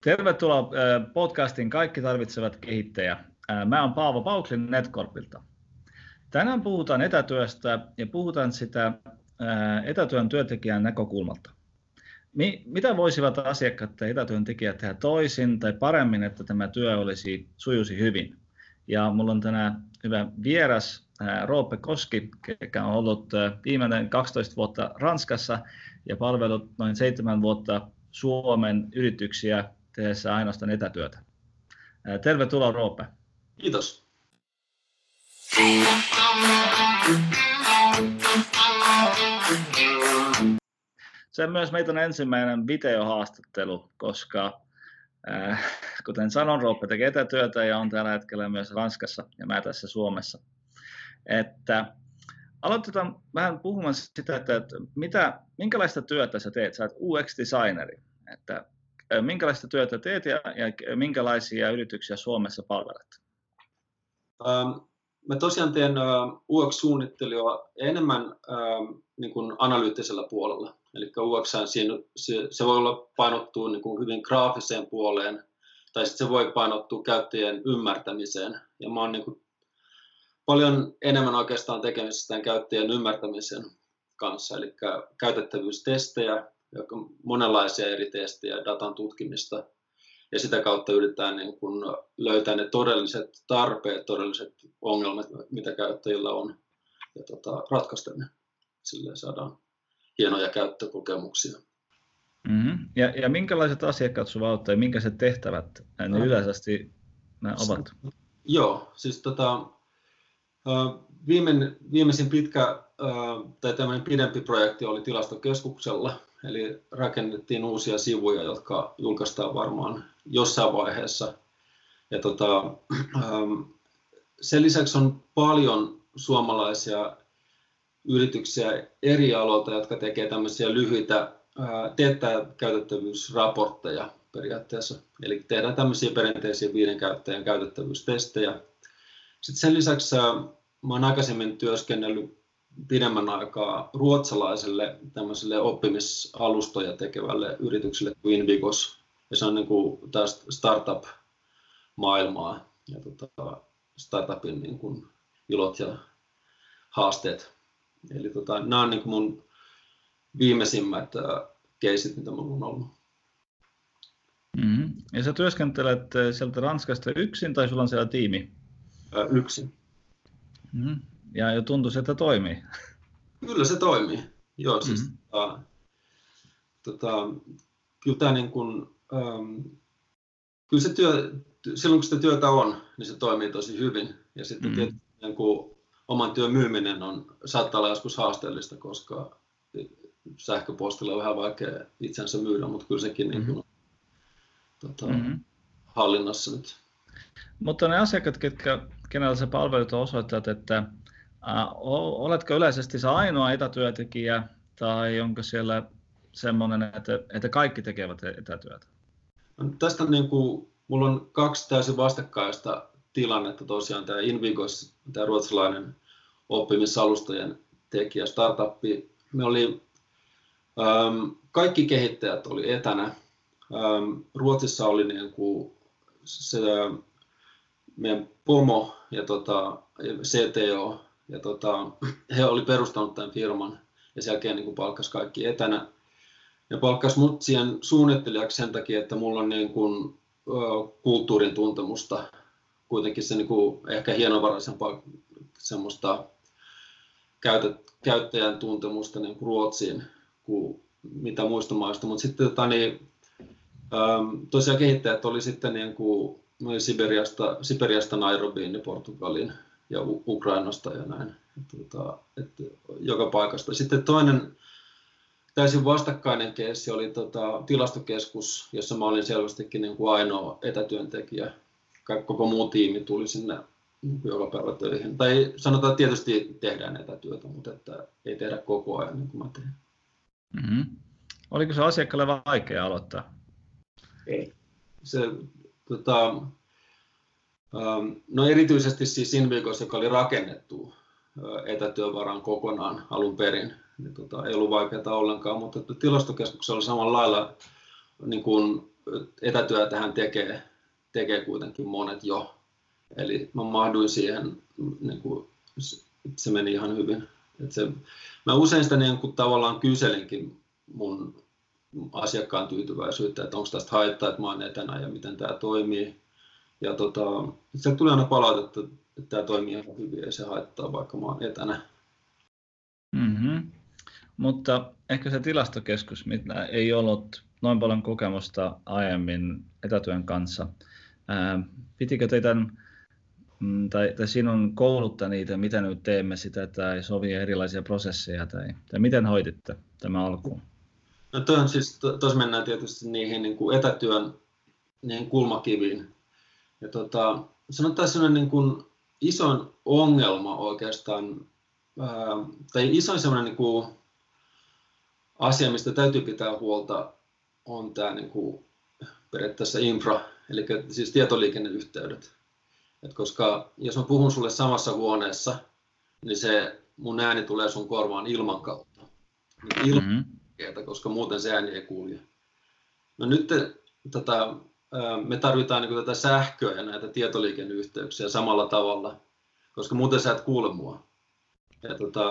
Tervetuloa podcastin Kaikki tarvitsevat kehittäjä. Mä oon Paavo Pauklin Netcorpilta. Tänään puhutaan etätyöstä ja puhutaan sitä etätyön työntekijän näkökulmalta. Mitä voisivat asiakkaat ja etätyöntekijät tehdä toisin tai paremmin, että tämä työ sujuisi hyvin? Ja mulla on tänään hyvä vieras Roope Koski, joka on ollut viimeinen 12 vuotta Ranskassa ja palvellut noin 7 vuotta Suomen yrityksiä tehdessä ainoastaan etätyötä. Tervetuloa Roope. Kiitos. Se on myös meidän ensimmäinen videohaastattelu, koska kuten sanon, Roope tekee etätyötä ja on tällä hetkellä myös Ranskassa ja mä tässä Suomessa. Aloitetaan vähän puhumaan sitä, että minkälaista työtä sä teet? Sä oot UX-designeri. Minkälaista työtä teet ja minkälaisia yrityksiä Suomessa palvelet? Mä tosiaan teen UX-suunnittelua enemmän niin kuin analyyttisellä puolella. Eli UX se voi olla painottua niin kuin hyvin graafiseen puoleen, tai sitten se voi painottua käyttäjien ymmärtämiseen. Ja mä oon niin kuin paljon enemmän oikeastaan tekemisissä tämän käyttäjien ymmärtämisen kanssa, eli käytettävyystestejä, monenlaisia eri testejä, datan tutkimista, ja sitä kautta yritetään niin kuin löytää ne todelliset tarpeet, todelliset ongelmat, mitä käyttäjillä on, ja ratkaista ne. Silleen saadaan hienoja käyttökokemuksia. Mm-hmm. Ja minkälaiset asiakkaat sinulla auttaa ja minkälaiset tehtävät ne yleisesti ovat? Joo, siis viimeisin pitkä tai tämmöinen pidempi projekti oli Tilastokeskuksella, eli rakennettiin uusia sivuja, jotka julkaistaan varmaan jossain vaiheessa. Ja sen lisäksi on paljon suomalaisia yrityksiä eri aloilta, jotka tekee tämmöisiä lyhyitä teettää käytettävyysraportteja periaatteessa. Eli tehdään tämmöisiä perinteisiä 5 käyttäjän käytettävyystestejä. Sitten sen lisäksi mä oon aikaisemmin työskennellyt pidemmän aikaa ruotsalaiselle tämmöiselle oppimisalustoja tekevälle yritykselle kuin Invigos. Ja se on niin kuin tästä startup-maailmaa ja startupin niin kuin ilot ja haasteet. Eli nämä on niin kuin mun viimeisimmät keisit, mitä mulla on ollut. Mm-hmm. Ja sä työskentelet sieltä Ranskasta yksin tai sulla on siellä tiimi? Yksin. Mm-hmm. Ja tuntuu, että toimii. Kyllä se toimii. Joo, siis kyllä tämä niin kuin, kyllä se silloin kun sitä työtä on, niin se toimii tosi hyvin. Ja sitten tietysti niin kuin oman työn myyminen saattaa olla joskus haasteellista, koska sähköpostilla on vähän vaikea itsensä myydä, mutta kyllä sekin niin kuin, hallinnassa nyt. Mutta ne asiakkaat, kenellä sä palvelut osoittat, että oletko yleisesti se ainoa etätyötekijä tai onko siellä semmoinen, että kaikki tekevät etätyötä? Tästä niin kuin, mulla on 2 täysin vastakkaista tilannetta tosiaan. Tämä Invigos, tämä ruotsalainen oppimisalustojen tekijä, startuppi. Me oli, kaikki kehittäjät oli etänä. Ruotsissa oli niin kuin se meidän pomo ja CTO, ja he oli perustanut tämän firman ja sen jälkeen niin palkkasi kaikki etänä. Ne palkkasi mut siihen suunnittelijaksi sen takia, että mulla on niin kuin, kulttuurin tuntemusta, kuitenkin se niin kuin, ehkä hienovaraisempaa semmoista käyttäjän tuntemusta niin kuin Ruotsiin kuin mitä muista maista, mutta sitten tosiaan kehittäjät oli sitten niin kuin, Siberiasta Nairobiin, Portugaliin ja Ukrainasta ja näin, joka paikasta. Sitten toinen täysin vastakkainen keissi oli Tilastokeskus, jossa mä olin selvästikin niin kuin ainoa etätyöntekijä. Koko muu tiimi tuli sinne joka päivä töihin. Tai sanotaan, että tietysti tehdään etätyötä, mutta että ei tehdä koko ajan niin kuin mä teen. Mm-hmm. Oliko se asiakkaalle vaikea aloittaa? Ei. No erityisesti siis Invigos, joka oli rakennettu etätyön varaan kokonaan alun perin, niin ei ollut vaikeaa ollenkaan, mutta Tilastokeskuksella oli samalla lailla niin kuin etätyötähän tekee kuitenkin monet jo. Eli mä mahduin siihen, niin kuin, se meni ihan hyvin. Mä usein sitä niin kuin tavallaan kyselinkin mun asiakkaan tyytyväisyyttä, että onko tästä haittaa, että mä oon etänä ja miten tämä toimii. Ja sieltä tuli aina palautetta, että tämä toimii ihan hyvin ja se haittaa, vaikka mä oon etänä. Mm-hmm. Mutta ehkä se tilastokeskus, mitä ei ollut noin paljon kokemusta aiemmin etätyön kanssa, pitikö teidän tai sinun kouluttaa niitä, mitä nyt teemme sitä tai sovia erilaisia prosesseja tai miten hoiditte tämä alkuun? No tuossa siis, mennään tietysti niihin niin kuin etätyön niihin kulmakiviin. Ja sanotaan sellainen niin kuin isoin ongelma oikeastaan, tai isoin sellainen niin kuin asia, mistä täytyy pitää huolta, on tämä niin kuin periaatteessa infra, eli siis tietoliikenneyhteydet. Et koska jos mä puhun sulle samassa huoneessa, niin se mun ääni tulee sun korvaan ilman kautta. Koska muuten se ääni ei kulje. No nyt me tarvitaan niin tätä sähköä ja näitä tietoliikenneyhteyksiä samalla tavalla, koska muuten sä et kuule mua. Ja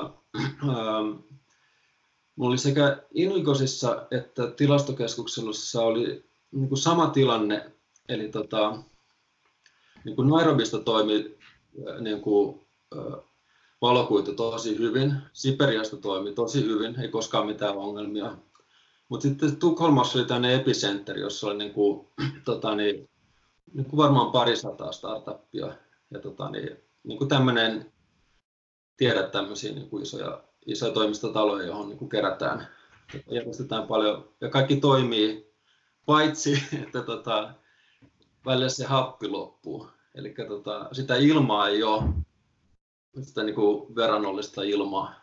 mulla oli sekä Invikosissa että tilastokeskuksessa oli niin kuin sama tilanne, eli niin kuin Nairobista toimi niin kuin, valokuitu tosi hyvin, Siperiasta toimi tosi hyvin, ei koskaan mitään ongelmia. Mutta sitten Tukholmassa oli tämmöinen epicentteri, jossa oli niin kuin varmaan 200 startuppia. Ja niin kuin tämmöinen, tiedät tämmöisiä niin kuin isoja toimistotaloja, johon niin kuin kerätään, järjestetään paljon ja kaikki toimii, paitsi että välillä se happi loppuu. Eli sitä ilmaa ei ole, sitä niin kuin verrannollista ilmaa,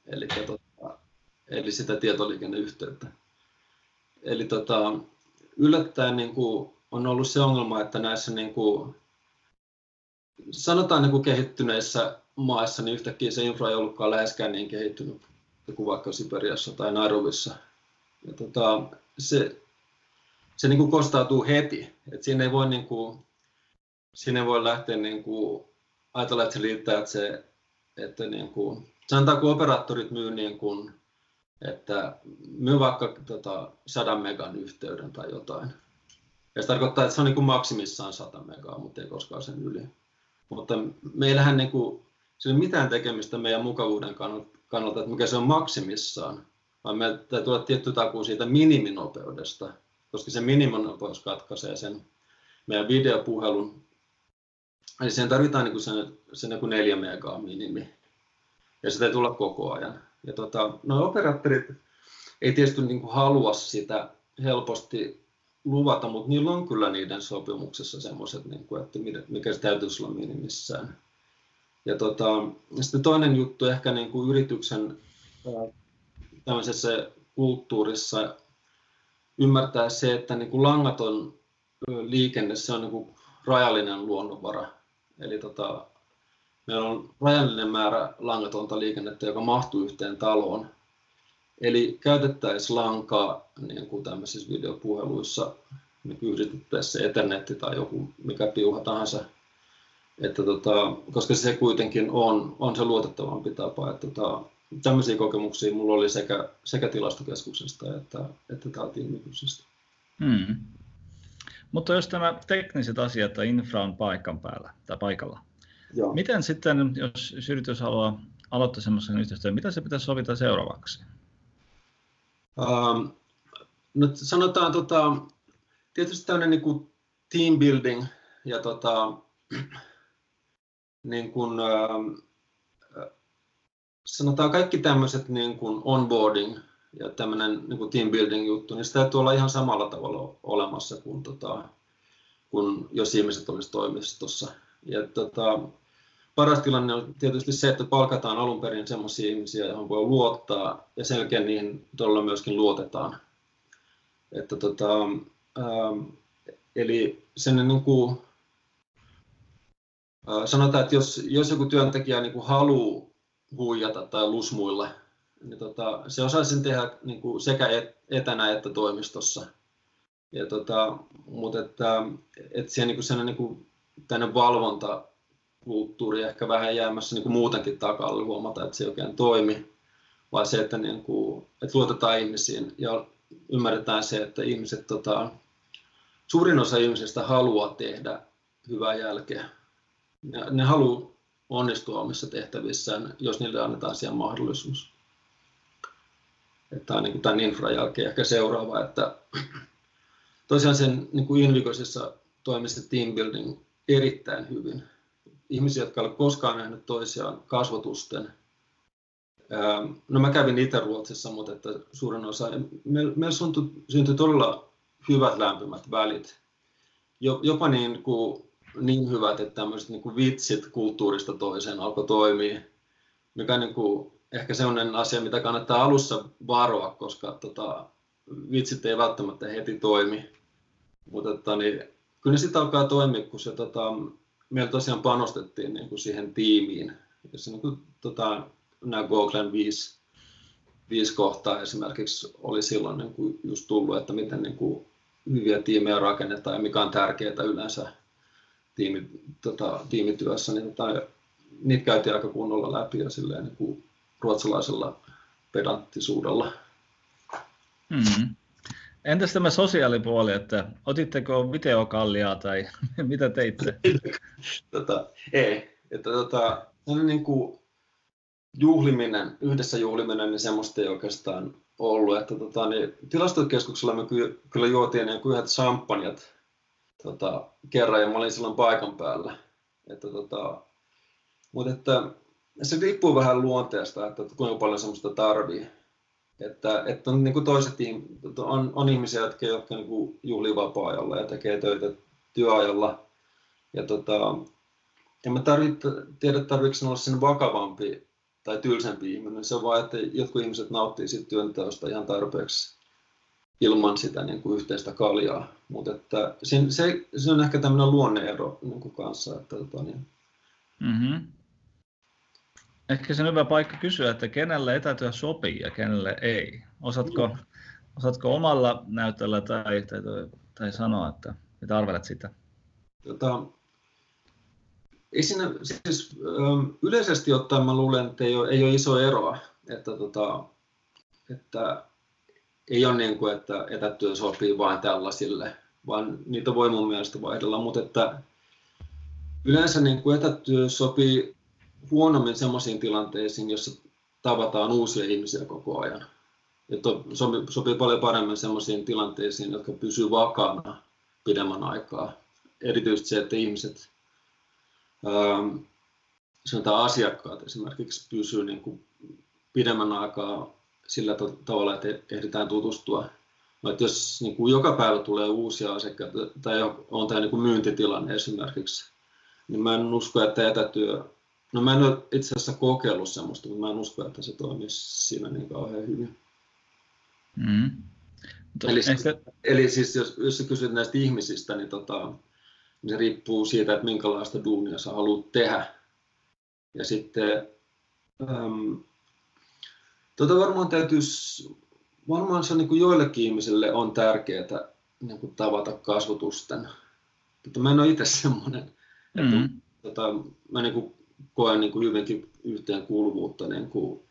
eli sitä tietoliikenneyhteyttä. Eli yllättäen niin kuin on ollut se ongelma, että näissä niin kuin, sanotaan niin kuin kehittyneissä maissa, niin yhtäkkiä se infra ei ollutkaan läheskään niin kehittynyt kuin vaikka Siperiassa tai Nairobissa. Ja se niin kuin kostautuu heti, että siinä ei voi lähteä niin kuin, ajatella, että se riittää, että niin kuin, sanotaan kun operaattorit myy niin kuin, että myy vaikka 100 megan yhteyden tai jotain. Ja se tarkoittaa, että se on niin kuin maksimissaan 100 megaa, mutta ei koskaan sen yli. Mutta meillähän niin kuin, se ei ole mitään tekemistä meidän mukavuuden kannalta, että mikä se on maksimissaan, vaan meillä täytyy olla tietty takuu siitä miniminopeudesta, koska se miniminopeus katkaisee sen meidän videopuhelun. Eli siihen tarvitaan niin kuin se 4 megaa minimi, ja se täytyy tulla koko ajan. Ja nuo operaattorit ei tietysti niin kuin halua sitä helposti luvata, mutta niillä on kyllä niiden sopimuksessa semmoiset, niin kuin, että mikä se täytyisi olla minimissään. Ja sitten toinen juttu ehkä niin kuin yrityksen tämmöisessä kulttuurissa ymmärtää se, että niin kuin langaton liikenne, se on niin kuin rajallinen luonnonvara. Eli meillä on rajallinen määrä langatonta liikennettä, joka mahtuu yhteen taloon. Eli käytettäisiin lankaa niin kuin tämmöisissä videopuheluissa, niin yhditettäisiin se Ethernet tai joku mikä piuha tahansa. Että koska se kuitenkin on se luotettavampi tapa. Että tämmöisiä kokemuksia mulla oli sekä tilastokeskuksesta että täältä Invikosesta. Mutta jos tämä tekniset asiat tai infra on paikan päällä tai paikalla, joo. Miten sitten, jos yritys haluaa aloittaa semmoisen yhteistyön, mitä se pitäisi sovita seuraavaksi? No sanotaan tietysti tämmöinen niin kuin team building ja niin kuin, sanotaan kaikki tämmöiset niin kuin onboarding ja tämmöinen niin kuin team building juttu, niin sitä täytyy olla ihan samalla tavalla olemassa kuin jos ihmiset olisi toimistossa. Ja paras tilanne on tietysti se, että palkataan alun perin semmoisia ihmisiä, joihin voi luottaa ja sen jälkeen niihin todella myöskin luotetaan. Että eli sen niin kuin, sanotaan, että jos joku työntekijä niin kuin haluaa huijata tai lusmuilla, niin se osaa sen tehdä niin kuin sekä etänä että toimistossa. Mutta että siellä niin sellainen niin valvontakulttuuri ehkä vähän jäämässä niin muutenkin takalle, huomataan, että se ei oikein toimi, vaan se, että, että luotetaan ihmisiin ja ymmärretään se, että ihmiset, suurin osa ihmisistä haluaa tehdä hyvää jälkeä. Ne haluaa onnistua omissa tehtävissään, jos niille annetaan siihen mahdollisuus. Tämä on tämän infran jälkeen ehkä seuraava, että tosiaan sen Invicosissa toimii se team building erittäin hyvin. Ihmisiä, jotka eivät koskaan nähneet toisiaan kasvotusten. No mä kävin itse Ruotsissa, mutta että suurin osa. Meillä syntyi todella hyvät lämpimät välit. Jopa niin hyvät, että tämmöiset vitsit kulttuurista toiseen alkoi toimia. Mikä ehkä sellainen asia, mitä kannattaa alussa varoa, koska vitsit ei välttämättä heti toimi. Mutta kyllä ne sitten alkaa toimia, kun se, meillä tosiaan panostettiin siihen tiimiin. Ja se, nämä Googlen 5 kohtaa esimerkiksi oli silloin just tullut, että miten hyviä tiimejä rakennetaan ja mikä on tärkeää yleensä tiimityössä. Niin, niitä käytiin aika kunnolla läpi ja silleen, ruotsalaisella pedanttisuudella. Mm-hmm. Entäs tämä sosiaalipuoli, että otitteko videokalliaa tai mitä teitte? Ei. Että yhdessä juhliminen, niin semmoista ei oikeastaan ollut. Että tilastokeskuksella me kyllä juotiin yhdet champanjat kerran ja mä olin silloin paikan päällä. Mutta se riippuu vähän luonteesta, että kuinka paljon semmoista tarvii. Että on toiset on ihmisiä, jotka juhlii vapaa-ajalla ja tekee töitä työajalla. Ja en mä tiedä, tarvitseeko olla sen vakavampi tai tylsempi ihminen. Se on vaan, että jotkut ihmiset nauttii siitä työnteosta ihan tarpeeksi ilman sitä yhteistä kaljaa. Mutta se on ehkä tämmöinen luonneero kanssa. Että, Mm-hmm. Ehkä se on hyvä paikka kysyä, että kenelle etätyö sopii ja kenelle ei. Osaatko omalla näytöllä tai sanoa, että arvelet sitä? Ei siinä, siis, yleisesti ottaen mä luulen, että ei ole iso eroa. Että ei ole niin kuin, että etätyö sopii vain tällaisille, vaan niitä voi mun mielestä vaihdella. Mutta että yleensä niin kuin etätyö sopii huonommin sellaisiin tilanteisiin, jossa tavataan uusia ihmisiä koko ajan. Että sopii paljon paremmin sellaisiin tilanteisiin, jotka pysyvät vakaana pidemmän aikaa. Erityisesti se, että ihmiset, sanotaan asiakkaat esimerkiksi, pysyvät niin kuin pidemmän aikaa sillä tavalla, että ehditään tutustua. Että jos niin kuin joka päivä tulee uusia asiakkaita tai on tämä niin kuin myyntitilanne esimerkiksi, niin mä en usko, että etätyö. No mä en ole itse asiassa kokeillut semmoista, mutta mä en usko, että se toimisi siinä niin kauhean hyvin. Mm. Eli siis jos sä kysyt näistä ihmisistä, niin, niin se riippuu siitä, että minkälaista duunia sä haluat tehdä. Ja sitten varmaan se on, niin kuin joillekin ihmisille on tärkeää niin kuin tavata kasvotusten. Mutta mä en ole itse semmoinen. Mä niin kuin koen niin kuin hyvinkin yhteenkuuluvuutta niin kuin,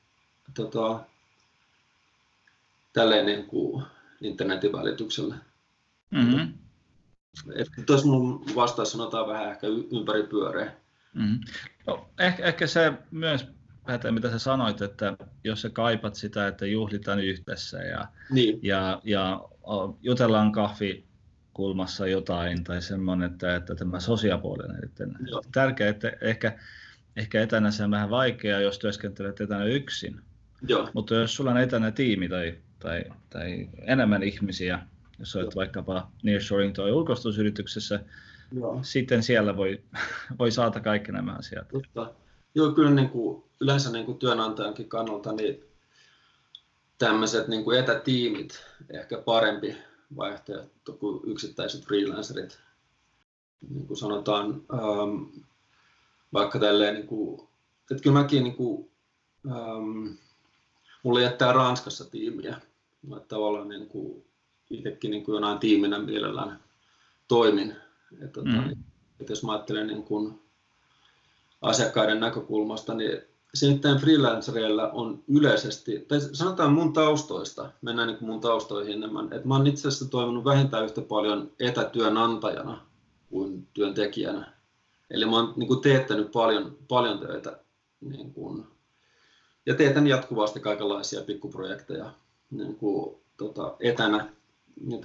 tälleen niin kuin internetin välityksellä. Mm-hmm. Tuossa mun vastaus sanotaan vähän ehkä ympäripyöreä. Mm-hmm. No, ehkä se myös pätee, mitä sä sanoit, että jos sä kaipat sitä, että juhlitaan yhdessä ja jutellaan kahvikulmassa jotain tai semmoinen, että tämä sosiaalipuolinen on tärkeää, että ehkä etänä se on vähän vaikeaa, jos työskentelet etänä yksin. Joo. Mutta jos sulla on etänä tiimi tai enemmän ihmisiä, jos olet vaikkapa nearshoring tai ulkoistusyrityksessä, sitten siellä voi saada kaikki nämä asiat. Totta. Joo, kyllä niin kuin, yleensä niin kuin työnantajankin kannalta niin tämmöiset niin kuin etätiimit ehkä parempi vaihtoehto kuin yksittäiset freelancerit. Niin kuin sanotaan, vaikka tälleen, niin kuin, että kyllä mäkin niin kuin, mulla jättää Ranskassa tiimiä. Tavallaan niin kuin, itsekin niin kuin jonain tiiminä mielellään toimin. Että jos mä ajattelen niin kuin asiakkaiden näkökulmasta, niin sitten freelancereilla on yleisesti, tai sanotaan mun taustoista, mennään niin kuin mun taustoihin enemmän, että mä oon itse asiassa toiminut vähintään yhtä paljon etätyönantajana kuin työntekijänä. Eli mä oon niin kuin teettänyt paljon töitä niin kuin, ja teetän jatkuvasti kaikenlaisia pikkuprojekteja niin kuin, etänä. Ja,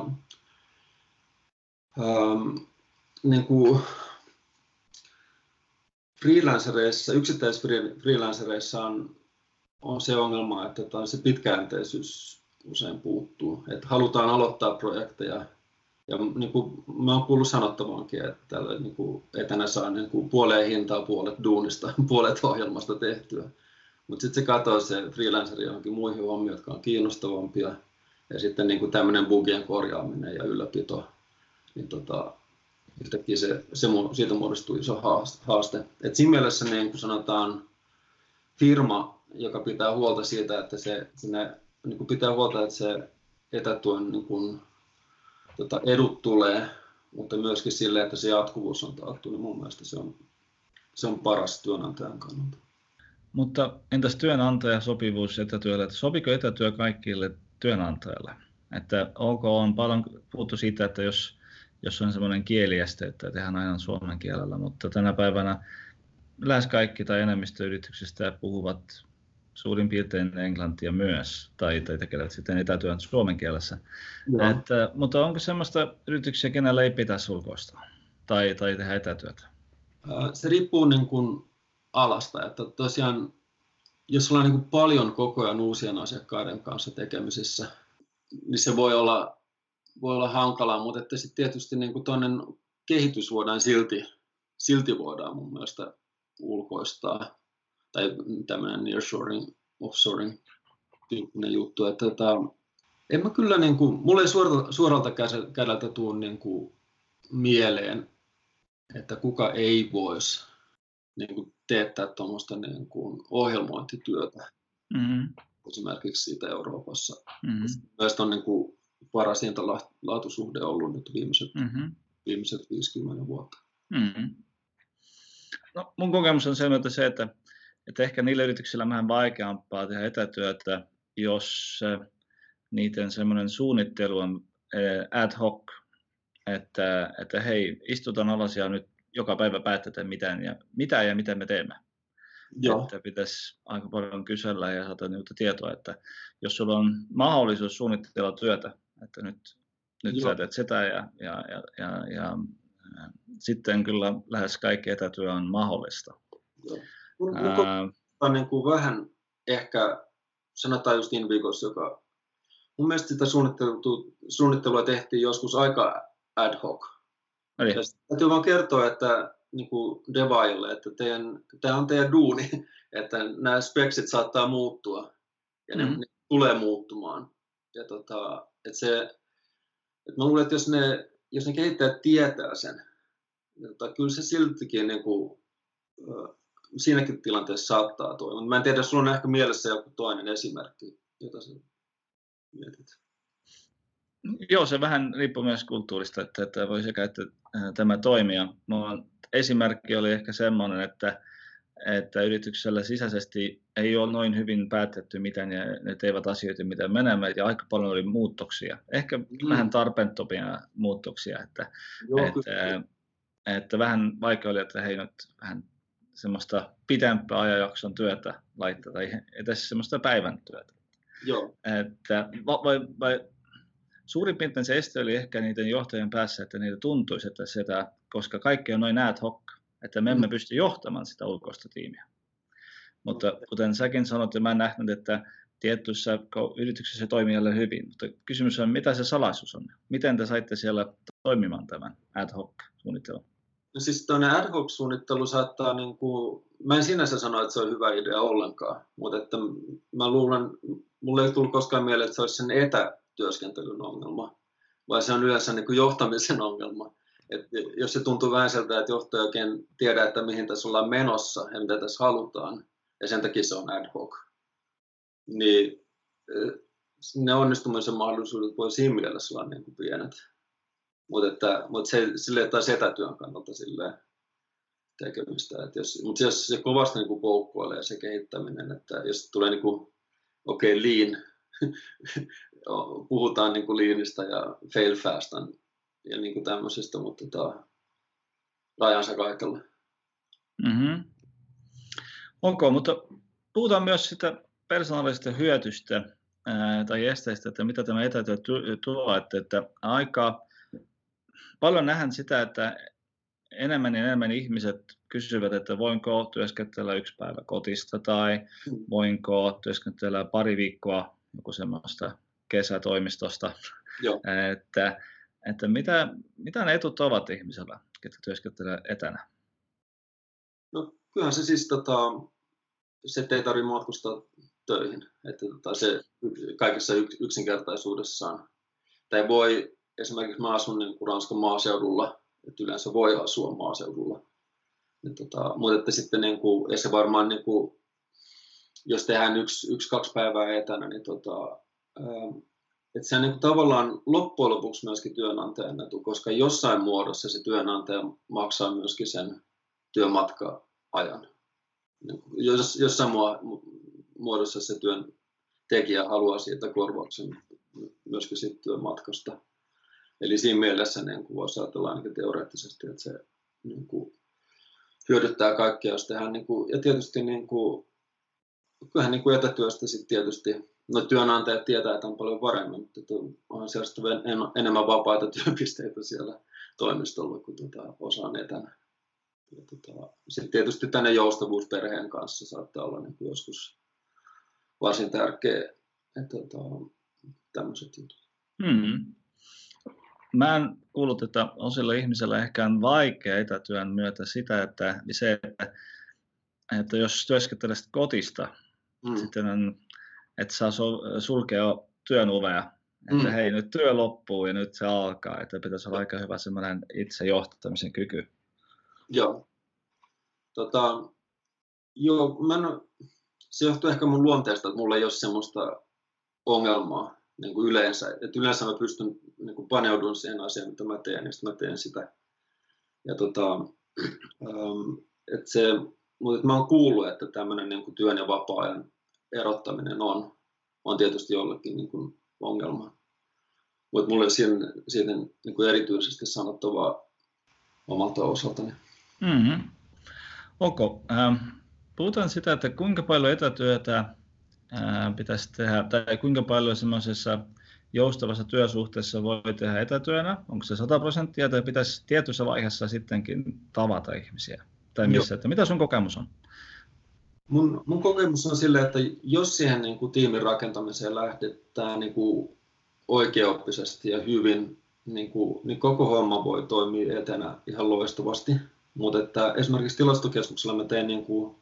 niin kuin yksittäisissä freelancereissa on se ongelma, että se pitkäjänteisyys usein puuttuu. Että halutaan aloittaa projekteja. Ja niin kuin mä oon kuullut sanottavankin, että tällä niin kuin etänä saa niin kuin puoleen hintaa, puolet duunista, puolet ohjelmasta tehtyä. Mutta sitten se katoaa se freelanceri johonkin muihin hommiin, jotka on kiinnostavampia. Ja sitten niin kuin tämmöinen bugien korjaaminen ja ylläpito, niin yhtäkkiä siitä muodostuu iso haaste. Et siinä mielessä niin kuin sanotaan firma, joka pitää huolta siitä, että niin kuin pitää huolta, että se etätyön niin kuin, edut tulee, mutta myöskin sille, että se jatkuvuus on taattu, niin mun mielestä se on paras työnantajan kannalta. Mutta entäs työnantajasopivuus etätyölle? Sopiko etätyö kaikille työnantajille? Että on paljon puhuttu siitä, että jos on semmoinen kielieste, että tehdään aina suomen kielellä, mutta tänä päivänä lähes kaikki tai enemmistö yrityksistä puhuvat suurin piirtein englantia myös, tai tekevät sitten etätyön suomen kielessä. Mutta onko semmoista yrityksiä, kenellä ei pitäisi ulkoistaa tai tehdä etätyötä? Se riippuu niin kuin alasta. Että tosiaan, jos ollaan niin kuin paljon koko ajan uusien asiakkaiden kanssa tekemisissä, niin se voi olla hankalaa, mutta että sitten tietysti niin kuin toinen kehitys voidaan silti voidaan mun mielestä ulkoistaa. Tai tämmöinen nearshoring, offshoring tyyppinen juttu. Että en mä kyllä, niin kuin, mulle ei suoralta kädeltä tule niin kuin mieleen, että kuka ei voisi niin kuin teettää tuommoista niin kuin ohjelmointityötä esimerkiksi siitä Euroopassa. Mielestäni on niin kuin paras hinta-laatusuhde ollut nyt viimeiset 50 vuotta. No, mun kokemus on se, että ehkä niillä yrityksillä on vähän vaikeampaa tehdä etätyötä, jos niiden semmoinen suunnittelu on ad hoc, että hei, istutaan alas ja nyt joka päivä päätetään mitä ja miten me teemme. Joo. Että pitäisi aika paljon kysellä ja saada tietoa, että jos sulla on mahdollisuus suunnitella työtä, että nyt sä teet sitä ja sitten kyllä lähes kaikki etätyö on mahdollista. On niin kuin vähän ehkä, sanotaan just InVigos, joka mun mielestä sitä suunnittelua tehtiin joskus aika ad hoc. Täytyy vaan kertoa, että niin kuin devaajille, että tämä on teidän duuni, että nämä speksit saattaa muuttua ja ne tulee muuttumaan. Ja että mä luulen, että jos ne kehittäjät tietää sen, kyllä se siltikin niin kuin, siinäkin tilanteessa saattaa toimia. Mä en tiedä, sulla on ehkä mielessä joku toinen esimerkki, jota sä mietit. Joo, se vähän riippuu myös kulttuurista, että voi sekä että tämä toimia. Esimerkki oli ehkä semmoinen, että yrityksellä sisäisesti ei ole noin hyvin päätetty, miten ne teivät asioita, miten menemme, ja aika paljon oli muutoksia. Ehkä vähän tarpeettomia muutoksia, että vähän vaikea oli, että hei nyt vähän semmoista pitempää ajanjakson työtä laittaa, tai edes semmoista päivän työtä. Joo. Että suurin piirtein se este oli ehkä niiden johtajien päässä, että niitä tuntuisi, että sitä, koska kaikki on noin ad hoc, että me emme pysty johtamaan sitä ulkoista tiimiä. Mutta kuten säkin sanoit, mä en nähnyt, että tietyissä yrityksissä toimii jälleen hyvin. Mutta kysymys on, mitä se salaisuus on? Miten te saitte siellä toimimaan tämän ad hoc suunnittelun? No siis tuonne ad hoc suunnittelu saattaa, niin kuin, mä en sinänsä sano, että se on hyvä idea ollenkaan, mutta että mä luulen, mulle ei tullut koskaan mieleen, että se olisi sen etätyöskentelyn ongelma, vaan se on yleensä niin kuin johtamisen ongelma. Et jos se tuntuu vähän sieltä, että johtaja oikein tiedä, että mihin tässä ollaan menossa ja mitä tässä halutaan, ja sen takia se on ad hoc, niin ne onnistumisen mahdollisuudet voi siinä mielessä olla niin kuin pienet. Mutta se silleen taas etätyön kannalta silleen tekemistä. Mutta jos se kovasti niin kuin poukkoilee se kehittäminen, että jos tulee niin kuin, lean, puhutaan niin kuin leanista ja fail fast ja niin kuin tämmöisestä, mutta rajansa kaikella. Mm-hmm. Mutta puhutaan myös sitä persoonallisesta hyötystä tai esteistä, että mitä tämä etätyö tuo, että aika paljon nähdään sitä, että enemmän ja enemmän ihmiset kysyvät, että voinko työskentellä 1 päivä kotista tai voinko työskentellä pari viikkoa joku semmoista kesätoimistosta. Joo. Että mitä ne etut ovat ihmisellä, jotka työskentelee etänä? No kyllähän se siis, se ei tarvitse matkustaa töihin, että se kaikessa yksinkertaisuudessaan. Tai voi, esimerkiksi mä asun niin kuin Ranskan maaseudulla, että yleensä voi asua maaseudulla. Mutta että sitten niin kuin, ja se varmaan, niin kuin, jos tehdään 1-2 päivää etänä, niin että se on niin kuin tavallaan loppujen lopuksi myöskin työnantajan etu, koska jossain muodossa se työnantaja maksaa myöskin sen työmatka-ajan. Jossain muodossa se työntekijä haluaa siitä korvauksen myöskin siitä työmatkasta. Eli siinä mielessä niin kuin voisi ajatella ainakin teoreettisesti, että se niin kuin hyödyttää kaikkea, jos tehdään. Niin kuin, ja tietysti niin kuin, kyllähän niin kuin etätyöstä sitten tietysti, no työnantajat tietää tämän paljon paremmin, mutta onhan siellä enemmän vapaita työpisteitä siellä toimistolla, kun osaan etänä. Sitten tietysti tänne joustavuus perheen kanssa saattaa olla niin kuin joskus varsin tärkeä, että tämmöiset jutut. Mä en kuullut, että osilla ihmisillä ehkä on vaikea etätyön myötä sitä, että jos työskentelisit kotista, sitten että saa sulkea työn ovea, että hei, nyt työ loppuu ja nyt se alkaa, että pitäisi olla aika hyvä semmoinen itse johtamisen kyky. Joo. Se johtuu ehkä mun luonteesta, että mulla ei ole semmoista ongelmaa niin kuin yleensä. Että yleensä mä pystyn niin kuin paneudun siihen asiaan, mitä mä teen, ja sitten mä teen sitä. Ja mutta mä oon kuullut, että tämmöinen niin kuin työn ja vapaa-ajan erottaminen on tietysti jollekin niin kuin ongelma. Mutta mulla ei siitä niin kuin erityisesti sanottavaa omalta osaltani. Puhutaan sitä, että kuinka paljon etätyötä pitäisi tehdä, tai kuinka paljon semmoisessa joustavassa työsuhteessa voi tehdä etätyönä. Onko se 100% tai pitäisi tietyssä vaiheessa sittenkin tavata ihmisiä? Tai missä? Että mitä sun kokemus on? Mun kokemus on silleen, että jos siihen niin kuin tiimin rakentamiseen lähdetään niin kuin oikeaoppisesti ja hyvin, niin koko homma voi toimia etänä ihan loistavasti. Mutta että esimerkiksi tilastokeskuksella mä teen niin kuin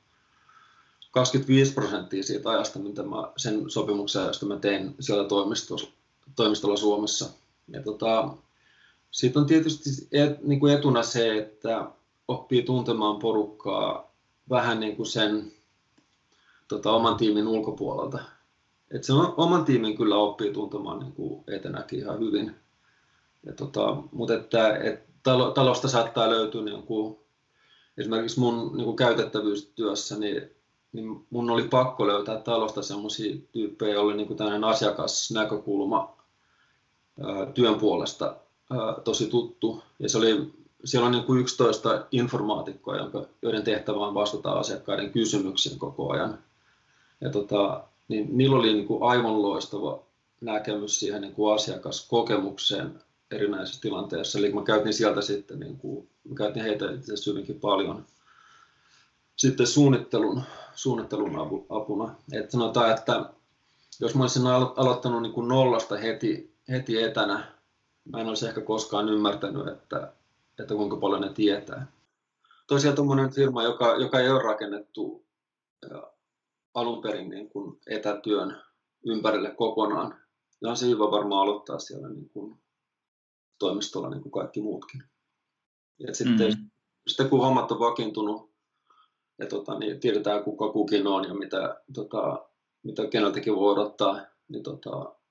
25% siitä ajasta, mitä sen sopimuksen ajasta mä tein siellä toimistolla Suomessa. Ja siitä on tietysti niin kuin etuna se, että oppii tuntemaan porukkaa vähän niin kuin sen oman tiimin ulkopuolelta. Et sen oman tiimin kyllä oppii tuntemaan niin kuin etänäkin ihan hyvin. Mutta että talosta saattaa löytyä niin kuin, esimerkiksi mun niin kuin käytettävyystyössä, niin mun oli pakko löytää talosta sellaisia tyyppejä, joilla oli niin kuin tämmöinen asiakasnäkökulma työn puolesta tosi tuttu. Ja siellä on niin kuin 11 informaatikkoa, joiden tehtävä on vastata asiakkaiden kysymyksiin koko ajan. Ja niin niillä oli niin kuin aivan loistava näkemys siihen niin kuin asiakaskokemukseen erinäisissä tilanteissa. Eli mä käytin sieltä sitten, mä käytin heitä itse asiassa hyvinkin paljon sitten suunnittelun apuna. Että sanotaan, että jos mä olisin aloittanut niin kuin nollasta heti etänä, mä en olisi ehkä koskaan ymmärtänyt, että kuinka paljon ne tietää. Tosiaan tuommoinen firma, joka ei ole rakennettu alun perin niin kuin etätyön ympärille kokonaan, ja on se hyvä varmaan aloittaa siellä niin kuin toimistolla niin kuin kaikki muutkin. Ja sitten kun hommat on vakiintunut ja niin tiedetään kuka kukin on ja mitä keneltäkin voi odottaa, niin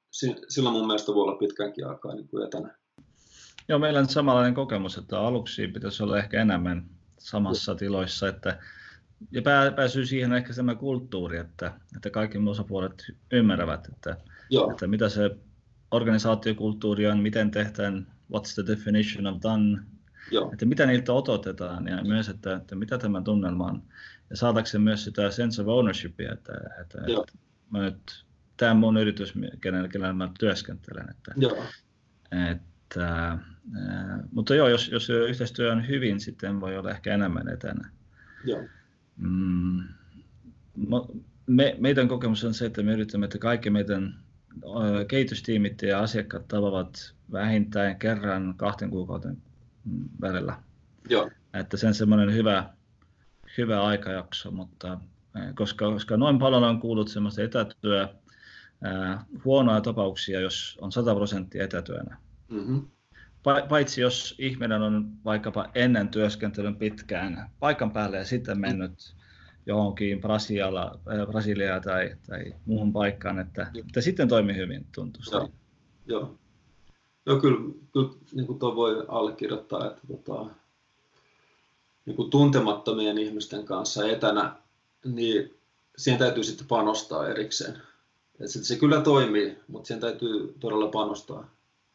silloin mun mielestä voi olla pitkäänkin aikaa niin kuin etänä. Joo, meillä on samanlainen kokemus, että aluksi pitäisi olla ehkä enemmän samassa tiloissa, ja pääsyy siihen ehkä sellainen kulttuuri, että kaikki osapuolet ymmärrävät, että mitä se organisaatiokulttuuri on, miten tehdään, what's the definition of done, että mitä niiltä odotetaan ja myös, että mitä tämä tunnelma on. Ja saadakseen myös sitä sense of ownershipia, että tämä on mun yritys, kenellä mä työskentelen. Mutta joo, jos yhteistyö on hyvin, sitten voi olla ehkä enemmän etänä. Meidän kokemus on se, että me yritämme, että kaikki meidän kehitystiimit ja asiakkaat tapaavat vähintään kerran 2 kuukauden välillä. Että se on semmoinen hyvä aikajakso, mutta koska noin paljon on kuullut semmoista etätyö, huonoja tapauksia, jos on 100% etätyönä. Paitsi jos ihminen on vaikkapa ennen työskentelyn pitkään paikan päälle ja sitten mennyt johonkin Brasiliaan tai muuhun paikkaan, että sitten toimii hyvin, tuntuu. Joo, kyllä niin kuin tuo voi allekirjoittaa, että niin kuin tuntemattomien ihmisten kanssa etänä, niin siihen täytyy sitten panostaa erikseen. Että se kyllä toimii, mutta siihen täytyy todella panostaa.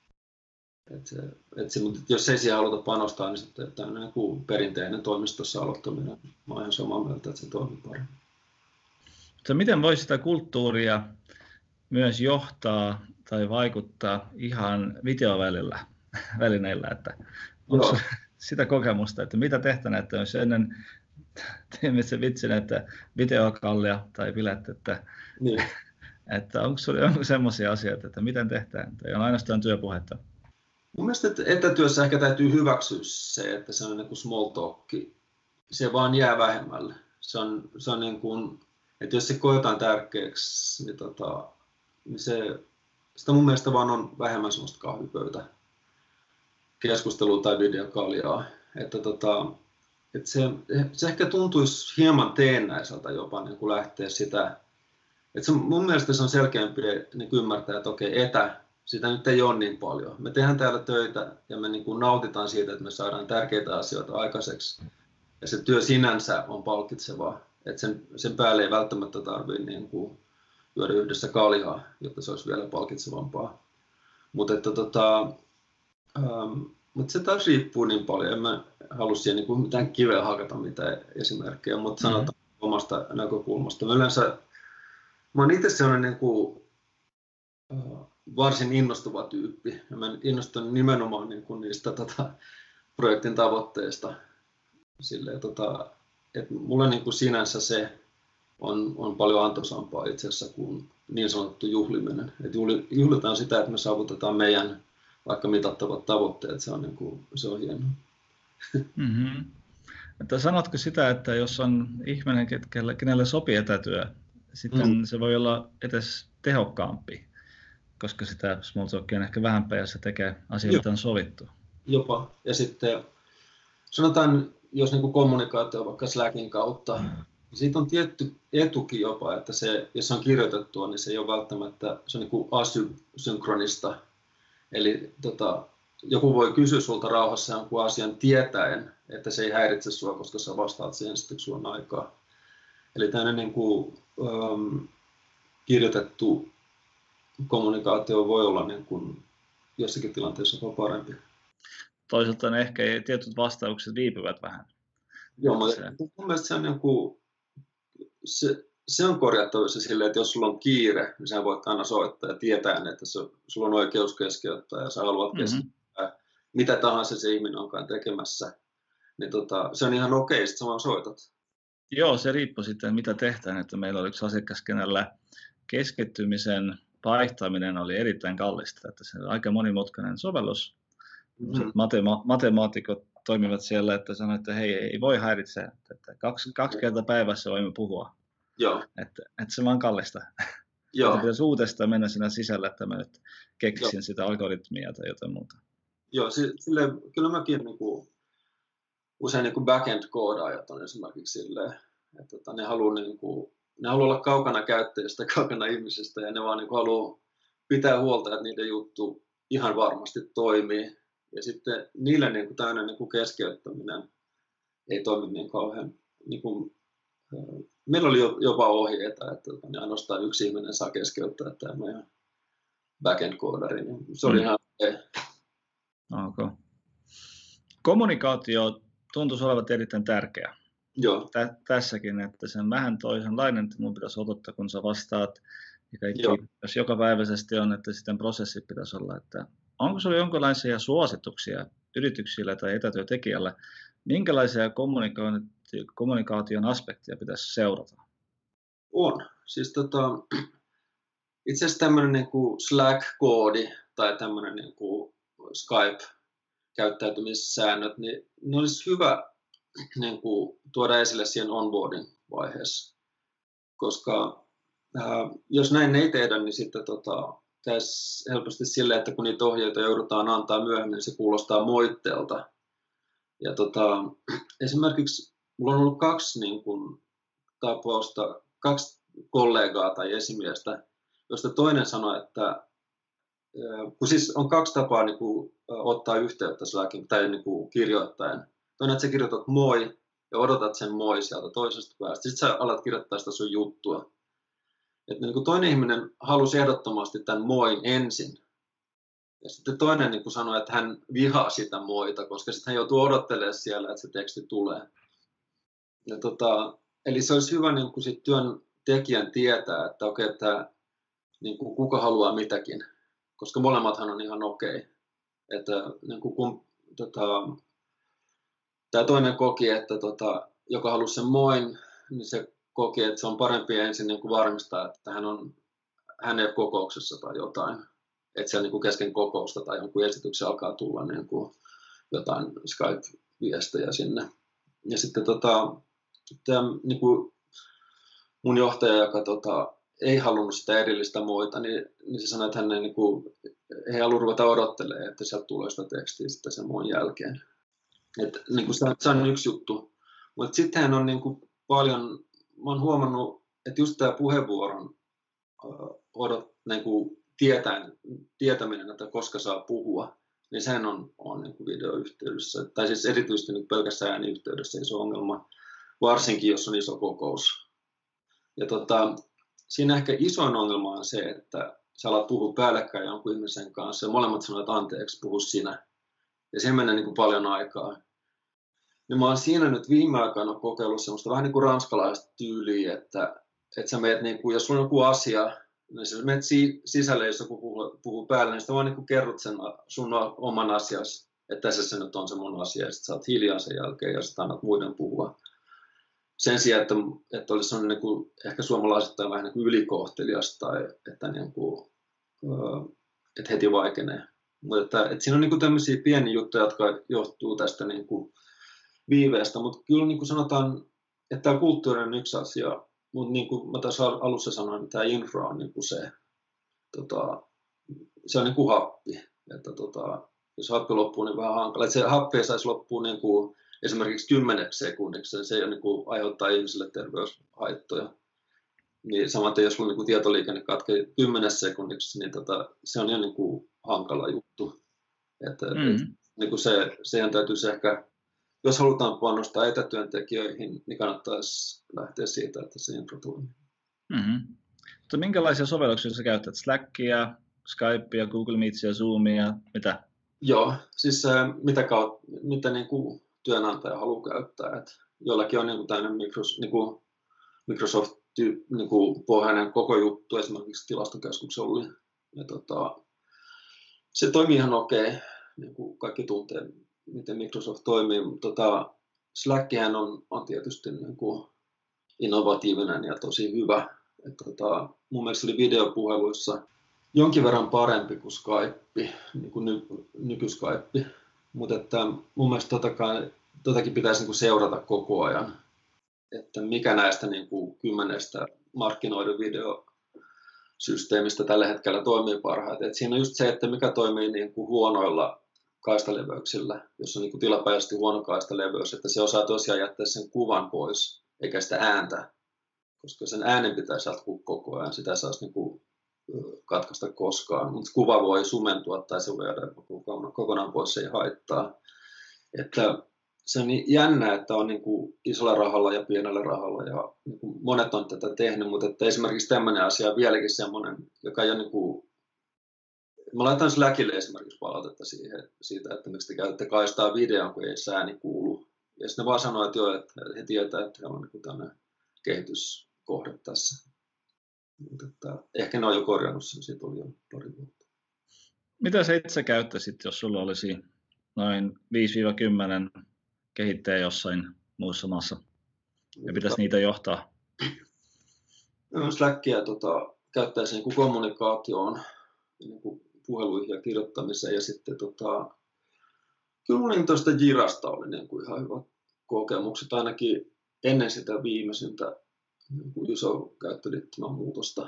Mutta jos ei siihen haluta panostaa, niin sitten tämmöinen niin perinteinen toimistossa aloittaminen, mä olen ihan samaa mieltä, että se toimii paremmin. Miten voi sitä kulttuuria myös johtaa tai vaikuttaa ihan videovälineillä, että onko sitä kokemusta, että mitä tehtänä, että jos ennen teemme se vitsin, että videokallia tai bilet, että onko semmoisia asioita, että miten tehdään, tai on ainoastaan työpuhetta? Mun mielestä etätyössä ehkä täytyy hyväksyä se, että se on niin kuin small talk. Se vaan jää vähemmälle. Se on niin kuin, että jos se koetaan tärkeäksi, niin sitä mun mielestä vaan on vähemmän semmoista kahvipöytä keskustelua tai videokaljaa. Että se ehkä tuntuisi hieman teennäiseltä jopa niin kuin lähteä sitä. Että mun mielestä se on selkeämpi niin ymmärtää, että okei, sitä nyt ei ole niin paljon. Me tehdään täällä töitä ja me niin kuin nautitaan siitä, että me saadaan tärkeitä asioita aikaiseksi. Ja se työ sinänsä on palkitsevaa. Että sen päälle ei välttämättä tarvitse niin kuin juoda yhdessä kaljaa, jotta se olisi vielä palkitsevampaa. Mutta se taas riippuu niin paljon. En mä halua siihen niin kuin mitään kiveä hakata mitään esimerkkejä, mutta sanotaan omasta näkökulmasta. Mä oon itse sellainen niin kuin, varsin innostuva tyyppi. Ja mä innostun nimenomaan niin kuin niistä projektin tavoitteista. Silleen, että mulle niin kuin sinänsä se on paljon antoisampaa itse asiassa kuin niin sanottu juhliminen. Et juhlitaan sitä, että me saavutetaan meidän vaikka mitattavat tavoitteet. Se on hienoa. Mm-hmm. Että sanotko sitä, että jos on ihminen, kenelle sopii etätyö, sitten se voi olla edes tehokkaampi, koska sitä small talkia on ehkä vähempää ja se tekee asioita on sovittu. Jopa. Ja sitten sanotaan, jos niin kuin kommunikaatio vaikka Slackin kautta, niin siitä on tietty etukin jopa, että jos se on kirjoitettua, niin se ei ole välttämättä, se on niin kuin asynkronista. Eli joku voi kysyä sulta rauhassa jonkun asian tietäen, että se ei häiritse sua, koska sä vastaat siihen sitten, kun sulla on aikaa. Eli tämmöinen niin kuin, kirjoitettu kommunikaatio voi olla niin kuin jossakin tilanteessa parempi. Toisaalta ne ehkä tietyt vastaukset viipyvät vähän. Joo, mutta mun mielestä se on, niin kuin, se on korjattavissa silleen, että jos sulla on kiire, niin sä voit aina soittaa ja tietää, että sulla on oikeus keskeyttää ja sä haluat keskeyttää mitä tahansa se ihminen onkaan tekemässä. Niin se on ihan okei, sitten sä vaan soitat. Joo, se riippuu sitten mitä tehdään, että meillä oli yksi asiakas, kenellä keskittymisen vaihtaminen oli erittäin kallista, että se on aika monimutkainen sovellus. Matemaatikot toimivat siellä, että sanoivat, että hei, ei voi häiritse, että kaksi kertaa päivässä voimme puhua. Joo. Että se on kallista. Joo. Pitäisi uudestaan mennä siinä sisällä, että mä nyt keksin sitä algoritmia tai jotain muuta. Joo, kyllä mäkin niin kuin, usein niin kuin backend-koodaajat on esimerkiksi silleen, että ne haluaa olla kaukana käyttäjistä, kaukana ihmisistä ja ne vaan niin kuin haluaa pitää huolta, että niiden juttu ihan varmasti toimii. Ja sitten niille niin kuin tämmöinen niin kuin keskeyttäminen ei toimi niin kauhean. Niin kuin, meillä oli jopa ohjeita, että niin ainoastaan yksi ihminen saa keskeyttää tämä meidän backend-koodari. Niin se oli ihan okei. Okay. Kommunikaatio tuntuisi olevan erittäin tärkeä. Joo. Tässäkin, että se on vähän toisenlainen, että minun pitäisi odottaa, kun sä vastaat. Ja kaikki, jos jokapäiväisesti on, että sitten prosessit pitäisi olla. Että onko sinulla jonkinlaisia suosituksia yrityksille tai etätyötekijälle, minkälaisia kommunikaation aspekteja pitäisi seurata? On. Siis itse asiassa tämmöinen niin kuin Slack-koodi tai tämmöinen niin kuin Skype-käyttäytymissäännöt, niin ne olisi hyvä niin kuin tuoda esille siihen onboarding-vaiheessa, koska jos näin ei tehdä, niin sitten käisi helposti silleen, että kun niitä ohjeita joudutaan antaa myöhemmin, niin se kuulostaa moitteelta. Ja esimerkiksi minulla on ollut kaksi niin kuin tapausta, kaksi kollegaa tai esimiestä, josta toinen sanoi, että kun siis on kaksi tapaa niin kuin ottaa yhteyttä Slackin tai niin kuin kirjoittaen. Toinen, että sä kirjoitat moi ja odotat sen moi sieltä toisesta päästä. Sitten sä alat kirjoittaa sitä sun juttua. Että niin kuin toinen ihminen halusi ehdottomasti tämän moin ensin. Ja sitten toinen niin kuin sanoi, että hän vihaa sitä moita, koska sitten hän joutuu odottelemaan siellä, että se teksti tulee. Ja eli se olisi hyvä niin kuin sit työntekijän tietää, että okei, että niin kuin kuka haluaa mitäkin, koska molemmathan on ihan okei. Että niin kuin kun tämä toinen koki, että joka halusi sen moin, niin se koki, että se on parempi ensin niin kuin varmistaa, että hän ei ole kokouksessa tai jotain. Että siellä niin kuin kesken kokousta tai jonkun esityksen alkaa tulla niin kuin jotain Skype-viestejä sinne. Ja sitten tämä niin kuin mun johtaja, joka ei halunnut sitä erillistä moita, niin se sanoi, että hän niin kuin, ei halua ruveta odottelemaan, että sieltä tulee sitä tekstiä sitten sen moin jälkeen. Että niin kuin se on yksi juttu. Mutta sittenhän on niin kuin paljon, mä oon huomannut, että just tämä puheenvuoron niin kuin tietäminen, että koska saa puhua, niin sehän on niin kuin videoyhteydessä. Tai siis erityisesti nyt pelkästään ääniyhteydessä iso ongelma, varsinkin jos on iso kokous. Ja siinä ehkä isoin ongelma on se, että sä alat puhua päällekkäin jonkun ihmisen kanssa ja molemmat sanoo, että anteeksi, puhu sinä. Ja siihen menee niin kuin paljon aikaa. Ja mä oon siinä nyt viime aikoina kokeillut semmoista vähän niin kuin ranskalaista tyyliä, että sä meet, niin kuin, jos sulla on joku asia, niin sä menet sisälle, jos joku puhuu päälle, niin sitten vaan niin kuin kerrot sen sun oman asiasi, että tässä se nyt on se mun asia, ja sitten sä oot hiljaa sen jälkeen ja sitten annat muiden puhua. Sen sijaan, että olisi sellainen niin kuin, ehkä suomalaisittain vähän niin kuin ylikohtelias tai että, niin kuin, että heti vaikenee. Mutta että siinä on niin kuin tämmöisiä pieniä juttuja, jotka johtuu tästä niin kuin viiveestä, mutta kyllä niin kuin sanotaan, että tämä kulttuuri on yksi asia, mutta niin kuin mä tässä alussa sanoin, niin tämä infra on niin kuin se on niin kuin happi, että jos happi loppuu, niin vähän hankala. Että se happi ei saisi loppua niin kuin esimerkiksi 10 sekunniksi, se ei niin kuin aiheuttaa ihmisille terveyshaittoja. Niin samaten, jos niin kuin tietoliikenne katkee 10 sekunniksi, niin se on jo niin kuin hankala juttu. Että niin kuin sehän täytyisi ehkä, jos halutaan panostaa etätyöntekijöihin, niin kannattaisi lähteä siitä, että se infra toimii. Mutta minkälaisia sovelluksia sä käytät? Slackia, Skypea, Google Meetsia, Zoomia, mitä? Joo, siis mitä niin kuin työnantaja haluaa käyttää. Et jollakin on niin kuin tämmöinen Microsoft-pohjainen koko juttu, esimerkiksi tilastokeskuksella oli. Ja se toimii ihan okei, niin kuin kaikki tuntee, miten Microsoft toimii, mutta Slackihän on tietysti niin kuin innovatiivinen ja tosi hyvä. Mun mielestä se oli videopuheluissa jonkin verran parempi kuin Skype, niin kuin nykyskype, mutta että mun mielestä totakin pitäisi niin kuin seurata koko ajan, että mikä näistä niin kuin 10 markkinoiden videosysteemistä tällä hetkellä toimii parhaiten. Et siinä on just se, että mikä toimii niin kuin huonoilla kaistaleveyksillä, jos on niin kuin tilapäisesti huono kaistaleveys, että se osaa tosiaan jättää sen kuvan pois, eikä sitä ääntä, koska sen äänen pitäisi jatkuu koko ajan, sitä saisi niin kuin katkaista koskaan, mutta kuva voi sumentua tai se voi jäädä kokonaan pois, se ei haittaa. Että se on niin jännä, että on niin kuin isolla rahalla ja pienellä rahalla ja niin kuin monet on tätä tehnyt, mutta että esimerkiksi tämmöinen asia on vieläkin semmoinen, joka ei ole niin kuin, mä laitan Slackille esimerkiksi palautetta siitä, että miksi te käytätte kaistaa videon, kun ei sääni kuulu. Ja sitten ne vaan sanoo, että joo, että he tietää, että on niin tämmöinen kehityskohde tässä. Mutta että ehkä ne on jo korjannut sen, siitä oli jo pari vuotta. Mitä sä itse käyttäisit, jos sulla olisi noin 5-10 kehittäjä jossain muussa maassa ja pitäisi niitä johtaa? Slackia käyttäisin niin kommunikaatioon, niin kuin puheluihin ja kirjoittamiseen ja sitten kyllä mulla tuosta Jirasta oli niin kuin ihan hyvät kokemukset, ainakin ennen sitä viimeisintä niin iso käyttöliittymän muutosta.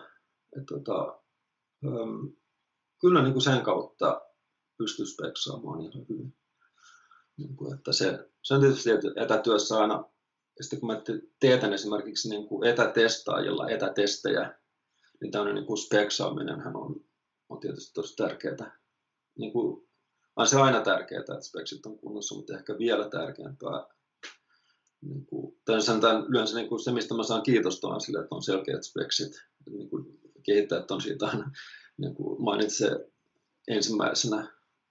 Kyllä niin kuin sen kautta pystyy speksaamaan ihan hyvin. Niin kuin, että se on tietysti etätyössä aina, ja sitten kun mä teetän esimerkiksi niin kuin etätestaajilla etätestejä, niin tämmöinen niin kuin speksaaminenhan on tietysti tosi tärkeää. Niin kuin, on se aina tärkeää, että speksit on kunnossa, mutta ehkä vielä tärkeämpää. Niin kuin, yleensä niin kuin se, mistä mä saan kiitosta, on sille, että on selkeät speksit. Niin kuin kehittäjät on siitä aina, niin kuin mainitsee ensimmäisenä.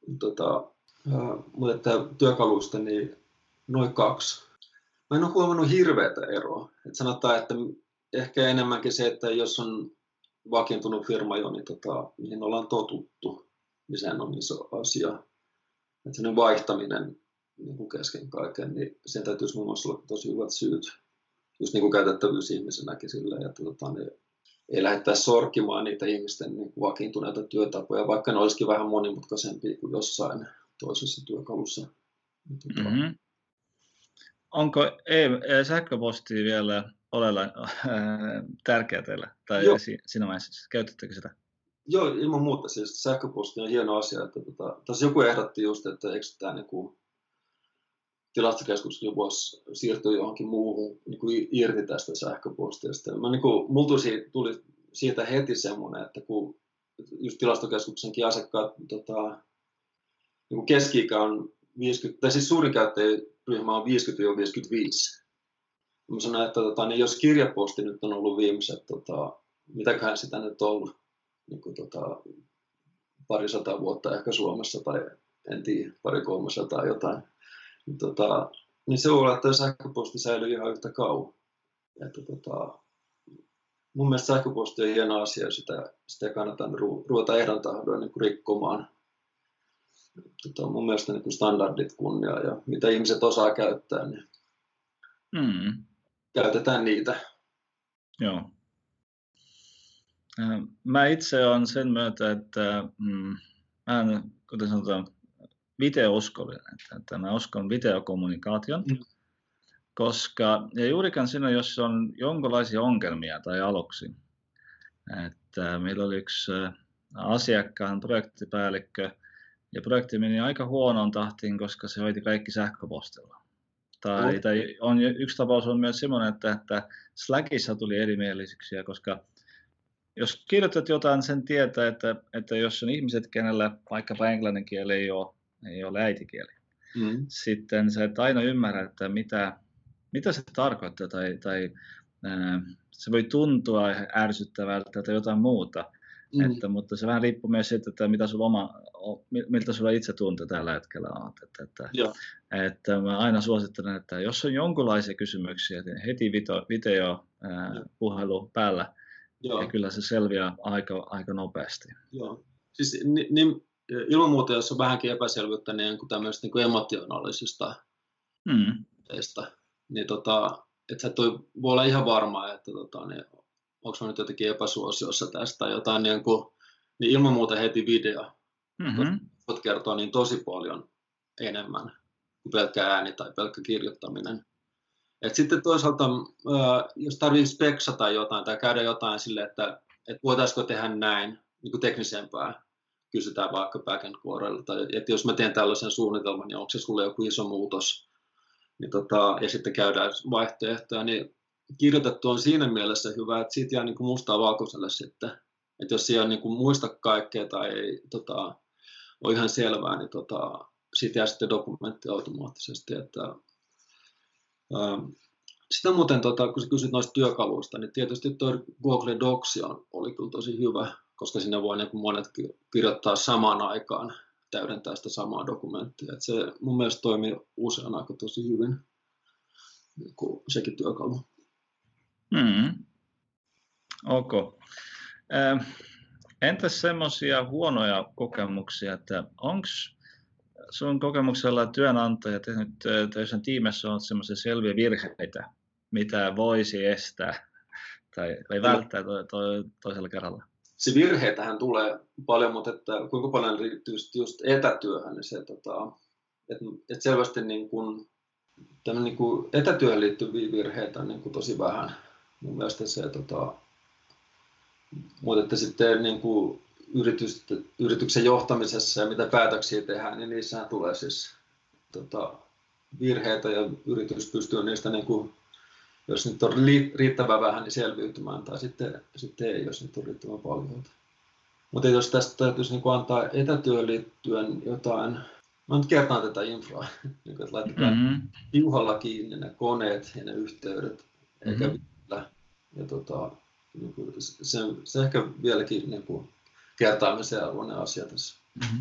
Mutta että työkaluista niin noin 2. Mä en ole huomannut hirveätä eroa. Et sanotaan, että ehkä enemmänkin se, että jos on vakiintunut firma jo, niin mihin ollaan totuttu, niin sehän on iso asia. Että sellainen vaihtaminen niin kuin kesken kaiken, niin sen täytyisi muun muassa olla tosi hyvät syyt. Just niin kuin käytettävyys ihmisenäkin silleen, että niin ei lähdettäisi sorkkimaan niitä ihmisten niin kuin vakiintuneita työtapoja, vaikka ne olisikin vähän monimutkaisempia kuin jossain toisessa työkalussa. Mm-hmm. Onko sähköpostia vielä tärkeä teille? Tai siinä vaiheessa, käytättekö sitä? Joo, ilman muuta. Siis sähköposti on hieno asia. Että tässä joku ehdotti just, että eikö tämä niin tilastokeskuskin voisi siirtyä johonkin muuhun niin irti tästä sähköpostista. Mulla tuli siitä heti semmoinen, että kun just tilastokeskuksenkin asiakkaat niin keski-ikä on 50, tai siis suurin käyttäjäryhmä on 50-55. Mä sanoin, että niin jos kirjaposti nyt on ollut viimeiset, mitäköhän sitä nyt on ollut, niin kuin, parisataa vuotta ehkä Suomessa, tai en tiedä, 200-300 jotain, niin se voi olla, että sähköposti säilyy ihan yhtä kauan. Että, mun mielestä sähköposti on hieno asia, sitä kannattaa ruveta ehdon tahdoin niin rikkomaan. Mun mielestä niin standardit kunniaa ja mitä ihmiset osaa käyttää, niin käytetään niitä. Joo. Mä itse olen sen myötä, että mä en, kuten sanotaan, video-uskollinen, että mä uskon videokommunikaation, koska, ja juurikaan siinä, jos on jonkinlaisia ongelmia tai aluksi, että meillä oli yksi asiakkaan projektipäällikkö, ja projekti meni aika huonoon tahtiin, koska se hoiti kaikki sähköpostilla. Tai yksi tapaus on myös sellainen, että Slackissa tuli erimielisyyksiä, koska jos kirjoitat jotain, sen tietää, että jos on ihmiset, kenellä vaikkapa englannin kieli ei ole äidinkieli, sitten sä et aina ymmärrä, että mitä se tarkoittaa, tai se voi tuntua ärsyttävältä tai jotain muuta. Mutta se vähän riippuu myös siitä, että miltä sulla itse tunte tällä hetkellä on. Että mä aina suosittelen, että jos on jonkinlaisia kysymyksiä, niin heti puhelu päällä, ja kyllä se selviää aika nopeasti. Joo. Siis ilman muuta, jos on vähänkin epäselvyyttä niin tämmöistä niin emotionaalisista teistä, niin että sä voi olla ihan varma, että niin, onko mä nyt jotenkin epäsuosiossa tästä jotain, niin ilman muuta heti video. Voit kertoa niin tosi paljon enemmän kuin pelkkä ääni tai pelkkä kirjoittaminen. Et sitten toisaalta, jos tarvitsee speksata jotain tai käydä jotain sille, että voitaisiko tehdä näin niin kuin teknisempää, kysytään vaikka backend-kuorella, tai että jos mä teen tällaisen suunnitelman, niin onko se sulle joku iso muutos, niin ja sitten käydään vaihtoehtoja, niin kirjoitettu on siinä mielessä hyvä, että siitä jää niin kuin mustaa valkoiselle sitten. Että jos ei ole niin kuin muista kaikkea tai ei ole ihan selvää, niin siitä jää sitten dokumentti automaattisesti. Että, sitä muuten, kun sä kysyt noista työkaluista, niin tietysti tuo Google Docs oli kyllä tosi hyvä, koska sinne voi niin monet kirjoittaa samaan aikaan, täydentää sitä samaa dokumenttia. Et se mun mielestä toimii usein aika tosi hyvin, niin sekin työkalu. Ok. Entäs semmoisia huonoja kokemuksia, että onko sun kokemuksella työnantaja tehnyt töissä tiimessä on semmoisia selviä virheitä, mitä voisi estää tai välttää toisella kerralla? Se virheitähän tulee paljon, mutta että kuinka paljon liittyy just etätyöhön, niin se, että selvästi niin kuin etätyöhön liittyviä virheitä on niin kuin tosi vähän. Mun mielestä se, mutta että sitten niin kuin yrityksen johtamisessa ja mitä päätöksiä tehdään, niin niissähän tulee siis virheitä ja yritys pystyy niistä, niin kuin, jos nyt on riittävän vähän, niin selviytymään tai sitten ei, jos nyt on riittävän paljon. Mutta jos tästä täytyisi niin kuin antaa etätyöhön liittyen jotain, mä nyt kertaan tätä infraa, niin että laitetaan piuhalla kiinni ne koneet ja ne yhteydet, eikä vielä. Ja niin kuin se ehkä vieläkin niin kuin kertaamisen arvoinen asia tässä.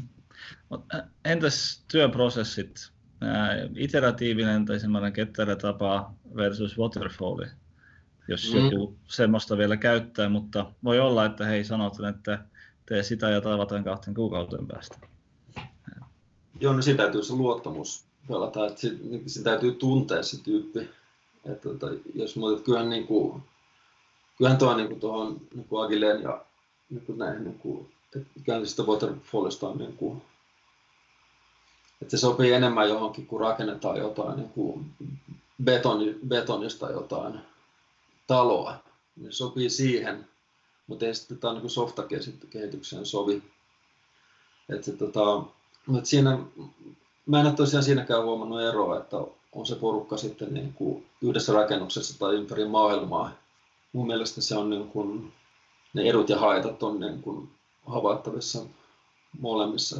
Entäs työprosessit? Iteratiivinen tai semmoinen ketterä tapa versus waterfalli, jos joku semmoista vielä käyttää, mutta voi olla, että hei sanot, että tee sitä ja tavataan 2 kuukauden päästä. Joo, no siinä täytyy se luottamus pelata, että se täytyy tuntea se tyyppi. Että jos muutat, kyllähän tuo niin tuohon niin Agileen ja niin näihin, niin ikään sitä waterfallista on niin kuin, että se sopii enemmän johonkin, kun rakennetaan jotain niin kuin betonista jotain taloa. Niin se sopii siihen, mutta ei sitten niin softakehitykseen sovi. Että mutta siinä, mä en ole tosiaan siinäkään huomannut eroa, että on se porukka sitten niin kuin yhdessä rakennuksessa tai ympäri maailmaa. Mun mielestä se on niin kuin, ne edut ja haitat on niin kuin havaittavissa molemmissa.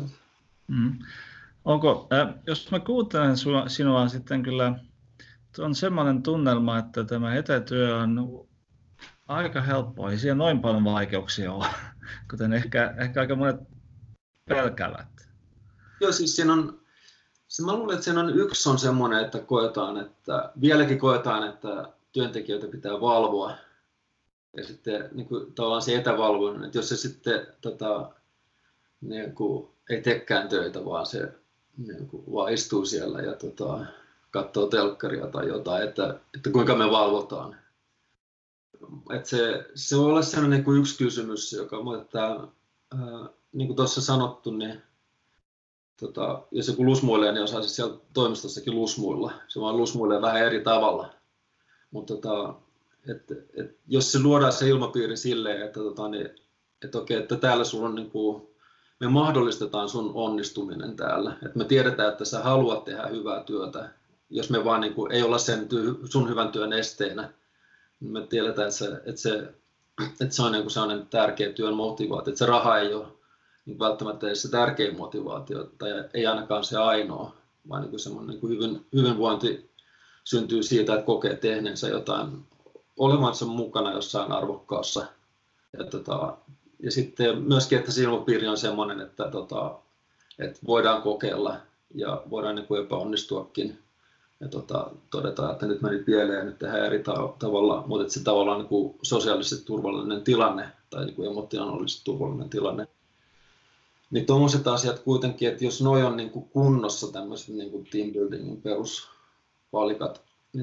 Onko, jos mä kuuntelen sinua sitten kyllä, on semmoinen tunnelma, että tämä etätyö on aika helppoa, ei siellä noin paljon vaikeuksia ole, kuten ehkä aika monet pelkäävät. Joo, siis siinä on, mä luulen, että siinä on yksi on semmoinen, että vieläkin koetaan, että työntekijöitä pitää valvoa. Ja sitten niin kuin, tavallaan se etävalvonnan, että jos se sitten niin kuin, ei teekään töitä, vaan se niin kuin, vaan istuu siellä ja katsoo telkkaria tai jotain, että kuinka me valvotaan. Että se voi olla sellainen niin kuin yksi kysymys, joka niin kuin tuossa sanottu, niin jos joku lusmuilee, niin osaa siis siellä toimistossakin lusmuilla. Se vaan lusmuilee vähän eri tavalla. Mutta jos se luodaan se ilmapiiri silleen, että okei, että täällä sulla on niin kuin, me mahdollistetaan sun onnistuminen täällä. Että me tiedetään, että sä haluat tehdä hyvää työtä. Jos me vaan niin kuin, ei olla sen sun hyvän työn esteenä, niin me tiedetään, että se on niin kuin sellainen tärkeä työn motivaatio. Että se raha ei ole niin välttämättä edes se tärkein motivaatio, tai ei ainakaan se ainoa, vaan niin kuin semmoinen niin kuin hyvinvointi syntyy siitä, että kokee tehneensä jotain, olevansa mukana jossain arvokkaassa. Ja sitten myöskin, että se ilmapiiri on semmoinen, että voidaan kokeilla ja voidaan niin kuin epäonnistuakin. Ja todetaan, että nyt meni pieleen ja nyt tehdään eri tavalla, mutta että se tavallaan niin kuin sosiaalisesti turvallinen tilanne tai niin kuin emotionaalisesti turvallinen tilanne. Niin tuommoiset asiat kuitenkin, että jos noi on niin kuin kunnossa tämmöiset niin kuin team buildingin peruspalikat,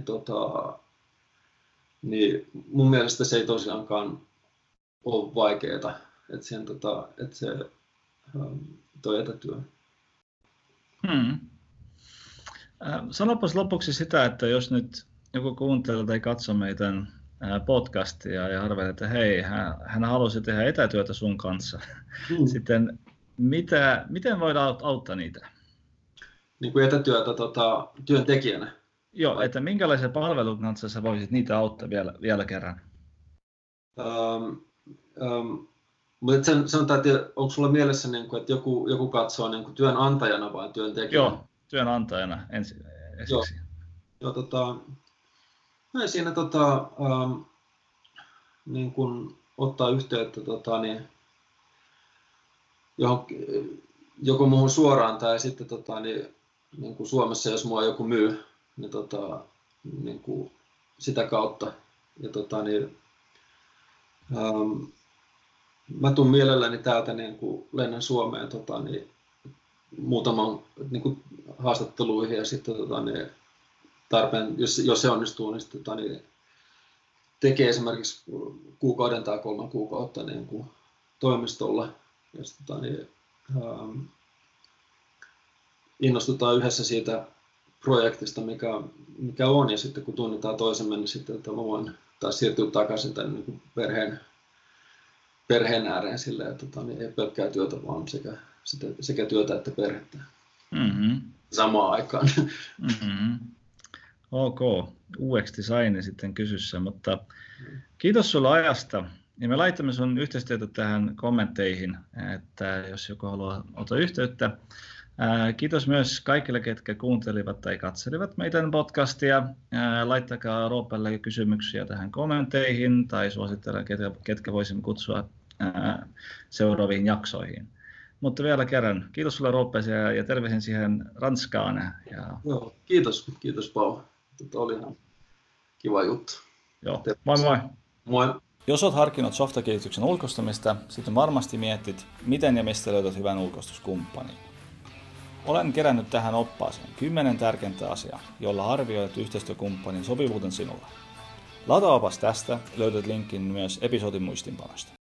niin mun mielestä se ei tosiaankaan ole vaikeaa, että se toi etätyö. Sanopas lopuksi sitä, että jos nyt joku kuuntelee tai katsoo meidän podcastia ja arvelee, että hei, hän halusi tehdä etätyötä sun kanssa, sitten miten voidaan auttaa niitä? Niin kuin etätyötä työntekijänä? Joo, että minkälaisen palvelun kanssa sä voisit niitä auttaa vielä kerran? Mutta sanotaan, että onko sulla mielessä, niin kuin, että joku katsoo niin kuin työnantajana vai työntekijänä? Joo, työnantajana ensiksi. Joo, no siinä niin kuin ottaa yhteyttä niin, joko muuhun suoraan tai sitten niin kuin Suomessa, jos mua joku myy, niin, niin kuin sitä kautta. Ja mä tuun mielelläni täältä niin kuin lennän Suomeen niin, muutaman niin kuin haastatteluihin ja sitten niin, tarpeen, jos se onnistuu, niin sitten niin, tekee esimerkiksi kuukauden tai 3 kuukautta niin kuin toimistolla ja sitten niin, innostutaan yhdessä siitä projektista, mikä on, ja sitten kun tunnetaan toisemme, niin sitten mä voin taas siirtyä takaisin tänne niin perheen ääreen silleen, että niin ei pelkkää työtä, vaan sekä työtä että perhettä samaan aikaan. Ok, UX design sitten kysyssä, mutta kiitos sulle ajasta. Ja me laitamme sun yhteistyötä tähän kommentteihin, että jos joku haluaa ottaa yhteyttä. Kiitos myös kaikille, ketkä kuuntelivat tai katselivat meidän podcastia. Laittakaa Roopelle kysymyksiä tähän kommentteihin tai suosittelen, ketkä voisimme kutsua seuraaviin jaksoihin. Mutta vielä kerran, kiitos sulle Roope ja terveisin siihen Ranskaan. Joo, kiitos Pau. Oli ihan kiva juttu. Joo, moi moi. Moi. Jos olet harkinnut softakehityksen ulkoistamista, sitten varmasti mietit, miten ja mistä löydät hyvän ulkoistuskumppanin. Olen kerännyt tähän oppaaseen 10 tärkeintä asiaa, jolla arvioit yhteistyökumppanin sopivuuden sinulle. Lataopas tästä löydät linkin myös episodin muistinpanosta.